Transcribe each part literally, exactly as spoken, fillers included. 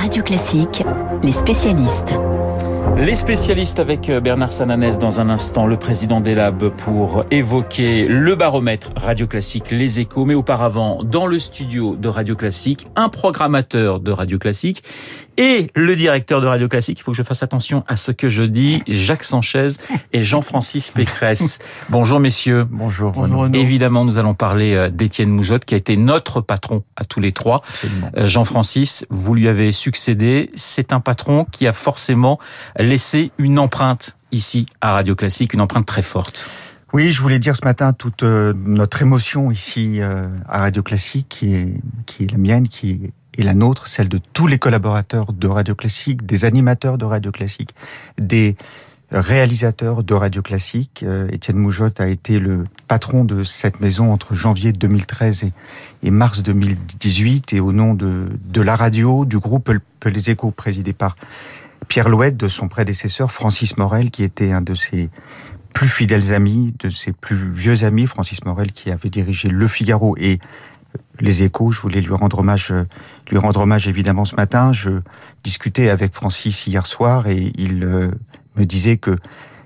Radio Classique, les spécialistes. Les spécialistes avec Bernard Sananès dans un instant, le président d'Elab pour évoquer le baromètre Radio Classique, les échos. Mais auparavant, dans le studio de Radio Classique, un programmateur de Radio Classique et le directeur de Radio Classique. Il faut que je fasse attention à ce que je dis. Jacques Sanchez et Jean-Francis Pécresse. Bonjour messieurs. Bonjour. Bonjour Renaud. Évidemment, nous allons parler d'Étienne Moujotte qui a été notre patron à tous les trois. Absolument. Jean-Francis, vous lui avez succédé. C'est un patron qui a forcément laissé une empreinte ici à Radio Classique, une empreinte très forte. Oui, je voulais dire ce matin toute euh, notre émotion ici euh, à Radio Classique, qui est, qui est la mienne, qui est et la nôtre, celle de tous les collaborateurs de Radio Classique, des animateurs de Radio Classique, des réalisateurs de Radio Classique. Euh, Étienne Moujotte a été le patron de cette maison entre janvier deux mille treize et, et mars deux mille dix-huit, et au nom de, de la radio, du groupe Les Échos, présidé par Pierre Louette, de son prédécesseur Francis Morel, qui était un de ses plus fidèles amis, de ses plus vieux amis, Francis Morel, qui avait dirigé Le Figaro et Les Échos. Je voulais lui rendre hommage, lui rendre hommage évidemment ce matin. Je discutais avec Francis hier soir et il euh, me disait que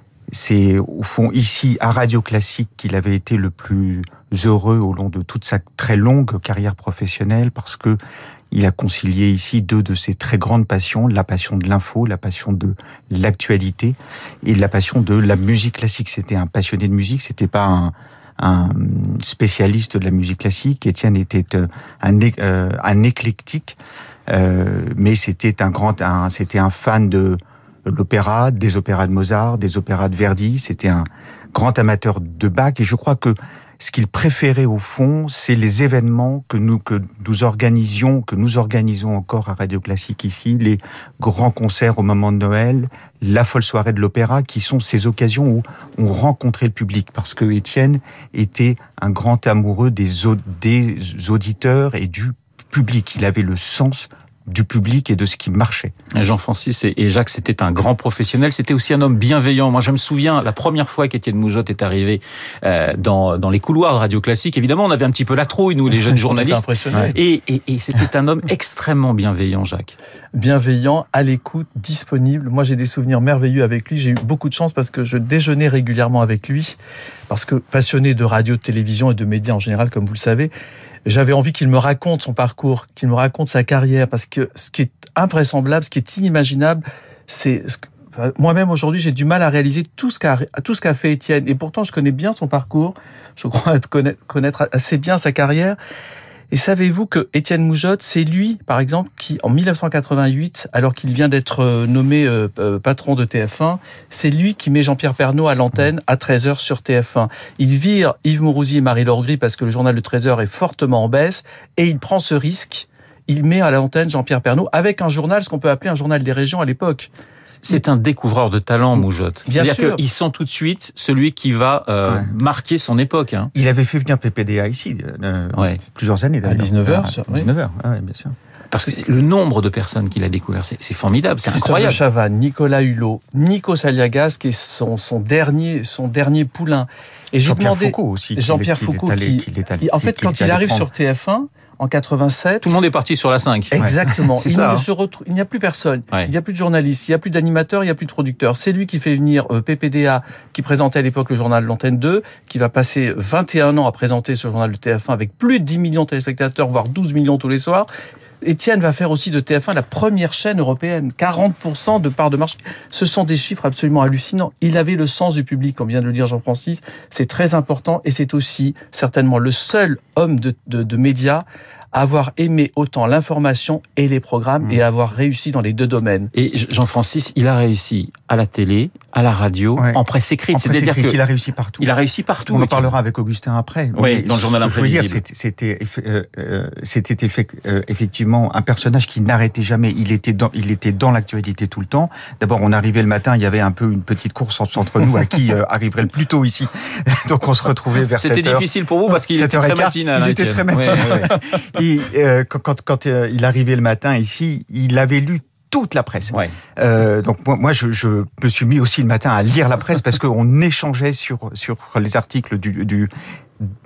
c'est au fond ici à Radio Classique qu'il avait été le plus heureux au long de toute sa très longue carrière professionnelle, parce que il a concilié ici deux de ses très grandes passions, la passion de l'info, la passion de l'actualité et la passion de la musique classique. C'était un passionné de musique, c'était pas un un spécialiste de la musique classique. Étienne était un, euh, un éclectique, euh, mais c'était un grand, un, c'était un fan de l'opéra, des opéras de Mozart, des opéras de Verdi. C'était un grand amateur de Bach, et je crois que ce qu'il préférait au fond, c'est les événements que nous que nous organisions, que nous organisons encore à Radio Classique ici, les grands concerts au moment de Noël, la folle soirée de l'opéra, qui sont ces occasions où on rencontrait le public, parce que Étienne était un grand amoureux des, au, des auditeurs et du public. Il avait le sens du public et de ce qui marchait. Jean-Francis et Jacques, c'était un grand professionnel, c'était aussi un homme bienveillant. Moi, je me souviens, la première fois qu'Étienne Moujotte est arrivé euh, dans, dans les couloirs de Radio Classique, évidemment, on avait un petit peu la trouille, nous, les jeunes journalistes. Et, et, et c'était un homme extrêmement bienveillant, Jacques. Bienveillant, à l'écoute, disponible. Moi, j'ai des souvenirs merveilleux avec lui. J'ai eu beaucoup de chance parce que je déjeunais régulièrement avec lui, parce que passionné de radio, de télévision et de médias en général, comme vous le savez, j'avais envie qu'il me raconte son parcours, qu'il me raconte sa carrière, parce que ce qui est invraisemblable, ce qui est inimaginable, c'est ce que, moi-même aujourd'hui, j'ai du mal à réaliser tout ce qu'a tout ce qu'a fait Étienne, et pourtant je connais bien son parcours, je crois connaître, connaître assez bien sa carrière. Et savez-vous que Étienne Moujotte, c'est lui, par exemple, qui, en dix-neuf cent quatre-vingt-huit, alors qu'il vient d'être nommé euh, patron de T F un, c'est lui qui met Jean-Pierre Pernaut à l'antenne à treize heures sur T F un. Il vire Yves Mourouzi et Marie-Laure Gris parce que le journal de treize heures est fortement en baisse, et il prend ce risque. Il met à l'antenne Jean-Pierre Pernaut avec un journal, ce qu'on peut appeler un journal des régions à l'époque. C'est un découvreur de talent, Moujotte. Bien C'est-à-dire sûr. qu'il sent tout de suite celui qui va euh, ouais. marquer son époque. Hein. Il avait fait venir P P D A ici, euh, ouais. plusieurs années d'ailleurs. À dix-neuf heures. À dix-neuf heures, oui, bien sûr. Parce que le nombre de personnes qu'il a découvert, c'est, c'est formidable, c'est Christophe incroyable. de Chavannes, Nicolas Hulot, Nico Saliagas, qui est son, son dernier, son dernier poulain. Et j'ai Jean-Pierre demandé, Foucault aussi. Jean-Pierre Foucault, qui, qui, qui, en fait, quand il arrive prendre. sur T F un, en quatre-vingt-sept. Tout le monde est parti sur la cinq. Exactement. C'est il, ça, ne hein. se retrouve, il n'y a plus personne. Ouais. Il n'y a plus de journalistes, il n'y a plus d'animateurs, il n'y a plus de producteurs. C'est lui qui fait venir euh, P P D A, qui présentait à l'époque le journal L'Antenne deux, qui va passer vingt et un ans à présenter ce journal de T F un avec plus de dix millions de téléspectateurs, voire douze millions tous les soirs. Étienne va faire aussi de T F un la première chaîne européenne. quarante pour cent de part de marché. Ce sont des chiffres absolument hallucinants. Il avait le sens du public, comme vient de le dire Jean-Francis. C'est très important, et c'est aussi certainement le seul homme de, de, de médias à avoir aimé autant l'information et les programmes, mmh. et à avoir réussi dans les deux domaines. Et Jean-Francis, il a réussi à la télé, à la radio, ouais. en presse écrite. En presse C'est-à-dire écrite, que il a réussi partout. Il a réussi partout. On en parlera avec Augustin après. Oui, dans le journal imprévisible. Je veux dire, c'était, c'était, euh, c'était effect, euh, effectivement un personnage qui n'arrêtait jamais. Il était dans, il était dans l'actualité tout le temps. D'abord, on arrivait le matin, il y avait un peu une petite course entre nous à qui euh, arriverait le plus tôt ici. Donc on se retrouvait vers sept heures. C'était difficile pour vous parce qu'il était très matinal. Il était très matinal. Et euh, quand, quand, quand euh, il arrivait le matin ici, il avait lu toute la presse. Ouais. Euh, donc moi, moi je, je me suis mis aussi le matin à lire la presse parce qu'on échangeait sur sur les articles du, du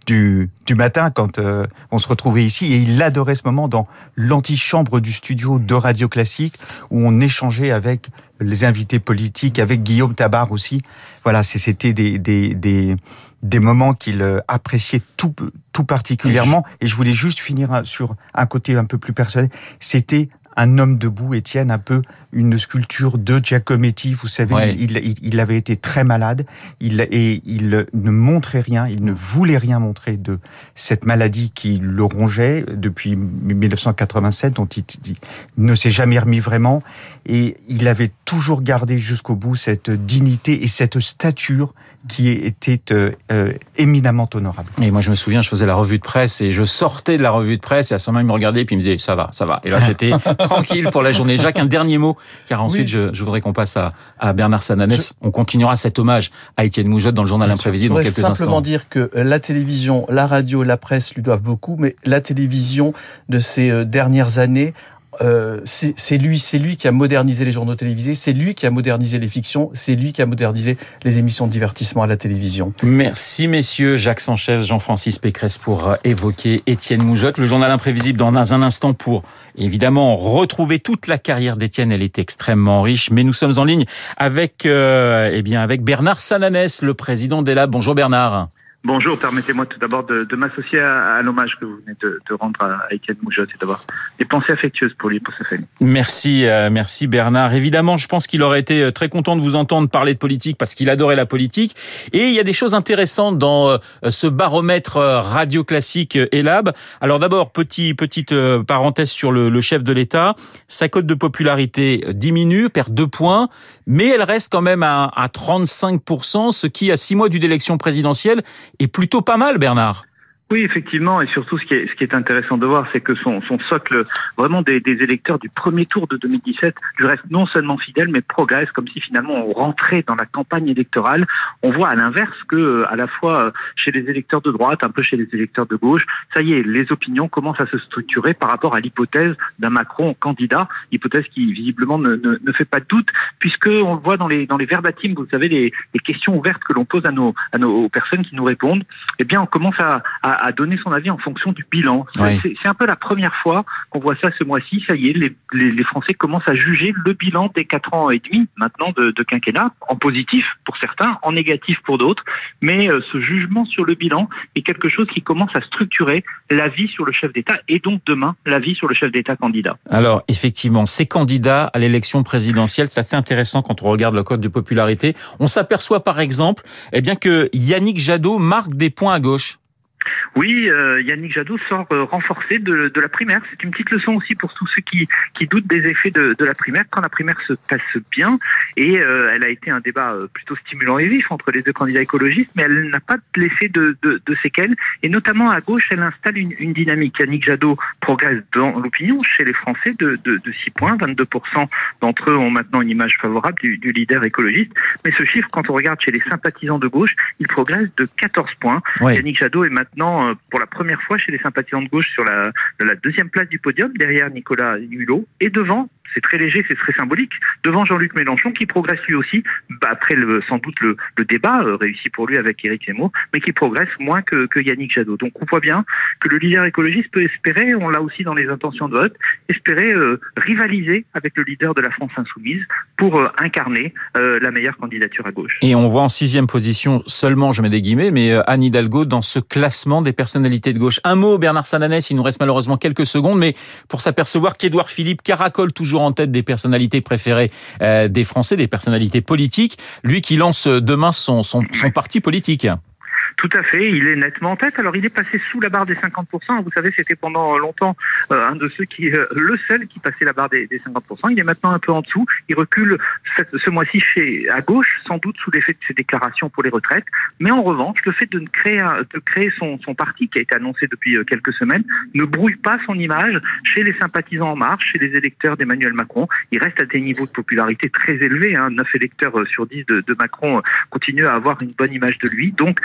du, du matin quand euh, on se retrouvait ici, et il adorait ce moment dans l'antichambre du studio de Radio Classique où on échangeait avec les invités politiques, avec Guillaume Tabar aussi. Voilà, c'était des, des, des, des moments qu'il appréciait tout, tout particulièrement. Et je voulais juste finir sur un côté un peu plus personnel. C'était un homme debout, Étienne, un peu une sculpture de Giacometti. Vous savez, ouais. il, il, il avait été très malade il, et il ne montrait rien, il ne voulait rien montrer de cette maladie qui le rongeait depuis dix-neuf cent quatre-vingt-sept, dont il, il ne s'est jamais remis vraiment. Et il avait toujours gardé jusqu'au bout cette dignité et cette stature qui était euh, euh, éminemment honorable. Et moi, je me souviens, je faisais la revue de presse et je sortais de la revue de presse et à ce moment, il me regardait et puis il me disait « ça va, ça va ». Et là, j'étais tranquille pour la journée. Jacques, un dernier mot, car ensuite, oui. je, je voudrais qu'on passe à, à Bernard Sananès. Je... On continuera cet hommage à Étienne Moujotte dans le journal Imprévisible dans quelques instants. Je voudrais simplement dire que la télévision, la radio, la presse lui doivent beaucoup, mais la télévision de ces dernières années, Euh, c'est, c'est lui, c'est lui qui a modernisé les journaux télévisés, c'est lui qui a modernisé les fictions, c'est lui qui a modernisé les émissions de divertissement à la télévision. Merci messieurs, Jacques Sanchez, Jean-Francis Pécresse pour évoquer Étienne Moujotte. Le journal Imprévisible dans un instant pour évidemment retrouver toute la carrière d'Étienne. Elle est extrêmement riche, mais nous sommes en ligne avec euh, eh bien avec Bernard Sananès, le président d'Elab. Bonjour Bernard. Bonjour, permettez-moi tout d'abord de, de m'associer à, à l'hommage que vous venez de, de rendre à, à Étienne Moujotte et d'avoir des pensées affectueuses pour lui et pour sa famille. Merci, euh, merci Bernard. Évidemment, je pense qu'il aurait été très content de vous entendre parler de politique parce qu'il adorait la politique. Et il y a des choses intéressantes dans euh, ce baromètre Radio Classique Elab. Alors d'abord, petit, petite euh, parenthèse sur le, le chef de l'État. Sa cote de popularité diminue, perd deux points, mais elle reste quand même à, à trente-cinq pour cent, ce qui, à six mois d'une élection présidentielle, est plutôt pas mal, Bernard. Oui, effectivement, et surtout ce qui est, ce qui est intéressant de voir, c'est que son, son socle, vraiment des, des électeurs du premier tour de deux mille dix-sept, lui reste non seulement fidèle, mais progresse, comme si finalement on rentrait dans la campagne électorale. On voit à l'inverse que, à la fois chez les électeurs de droite, un peu chez les électeurs de gauche, ça y est, les opinions commencent à se structurer par rapport à l'hypothèse d'un Macron candidat, hypothèse qui visiblement ne, ne, ne fait pas de doute, puisque on le voit dans les, dans les verbatims, vous savez, les, les questions ouvertes que l'on pose à nos, à nos aux personnes qui nous répondent, eh bien, on commence à, à à donner son avis en fonction du bilan. Oui. C'est, c'est un peu la première fois qu'on voit ça ce mois-ci. Ça y est, les, les, les Français commencent à juger le bilan des quatre ans et demi maintenant de, de quinquennat, en positif pour certains, en négatif pour d'autres. Mais euh, ce jugement sur le bilan est quelque chose qui commence à structurer l'avis sur le chef d'État et donc demain l'avis sur le chef d'État candidat. Alors effectivement, ces candidats à l'élection présidentielle, c'est assez intéressant quand on regarde le code de popularité. On s'aperçoit par exemple, eh bien que Yannick Jadot marque des points à gauche. Oui, euh, Yannick Jadot sort euh, renforcé de, de la primaire. C'est une petite leçon aussi pour tous ceux qui, qui doutent des effets de, de la primaire. Quand la primaire se passe bien, et euh, elle a été un débat euh, plutôt stimulant et vif entre les deux candidats écologistes, mais elle n'a pas laissé de, de, de séquelles. Et notamment à gauche, elle installe une, une dynamique. Yannick Jadot progresse dans l'opinion chez les Français de, de, de six points. vingt-deux pour cent d'entre eux ont maintenant une image favorable du, du leader écologiste. Mais ce chiffre, quand on regarde chez les sympathisants de gauche, il progresse de quatorze points. Oui. Yannick Jadot est maintenant pour la première fois chez les sympathisants de gauche sur la, la deuxième place du podium, derrière Nicolas Hulot, et devant, c'est très léger, c'est très symbolique, devant Jean-Luc Mélenchon, qui progresse lui aussi, bah après le, sans doute le, le débat euh, réussi pour lui avec Éric Zemmour, mais qui progresse moins que, que Yannick Jadot. Donc on voit bien que le leader écologiste peut espérer, on l'a aussi dans les intentions de vote, espérer euh, rivaliser avec le leader de la France insoumise pour euh, incarner euh, la meilleure candidature à gauche. Et on voit en sixième position seulement, je mets des guillemets, mais euh, Anne Hidalgo dans ce classement des personnalités de gauche. Un mot, Bernard Sananès, il nous reste malheureusement quelques secondes, mais pour s'apercevoir qu'Édouard Philippe caracole toujours en tête des personnalités préférées euh, des Français, des personnalités politiques, lui qui lance demain son, son, son parti politique. Tout à fait, il est nettement en tête. Alors il est passé sous la barre des cinquante pour cent. Vous savez, c'était pendant longtemps euh, un de ceux qui, euh, le seul qui passait la barre des, des cinquante pour cent. Il est maintenant un peu en dessous. Il recule cette, ce mois-ci chez à gauche, sans doute sous l'effet de ses déclarations pour les retraites. Mais en revanche, le fait de créer, de créer son, son parti, qui a été annoncé depuis quelques semaines, ne brouille pas son image chez les sympathisants En Marche, chez les électeurs d'Emmanuel Macron. Il reste à des niveaux de popularité très élevés. Hein. neuf électeurs sur dix de, de Macron continuent à avoir une bonne image de lui. Donc un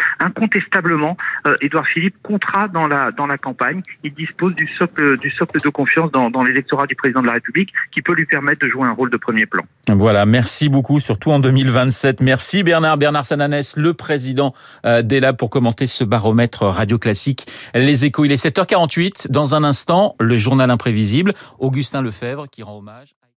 incontestablement, euh, Édouard Philippe comptera dans la dans la campagne. Il dispose du socle du socle de confiance dans, dans l'électorat du président de la République, qui peut lui permettre de jouer un rôle de premier plan. Voilà, merci beaucoup, surtout en deux mille vingt-sept. Merci Bernard, Bernard Sananès, le président d'E L A B, pour commenter ce baromètre Radio Classique. Les Échos, il est sept heures quarante-huit. Dans un instant, le journal imprévisible, Augustin Lefebvre qui rend hommage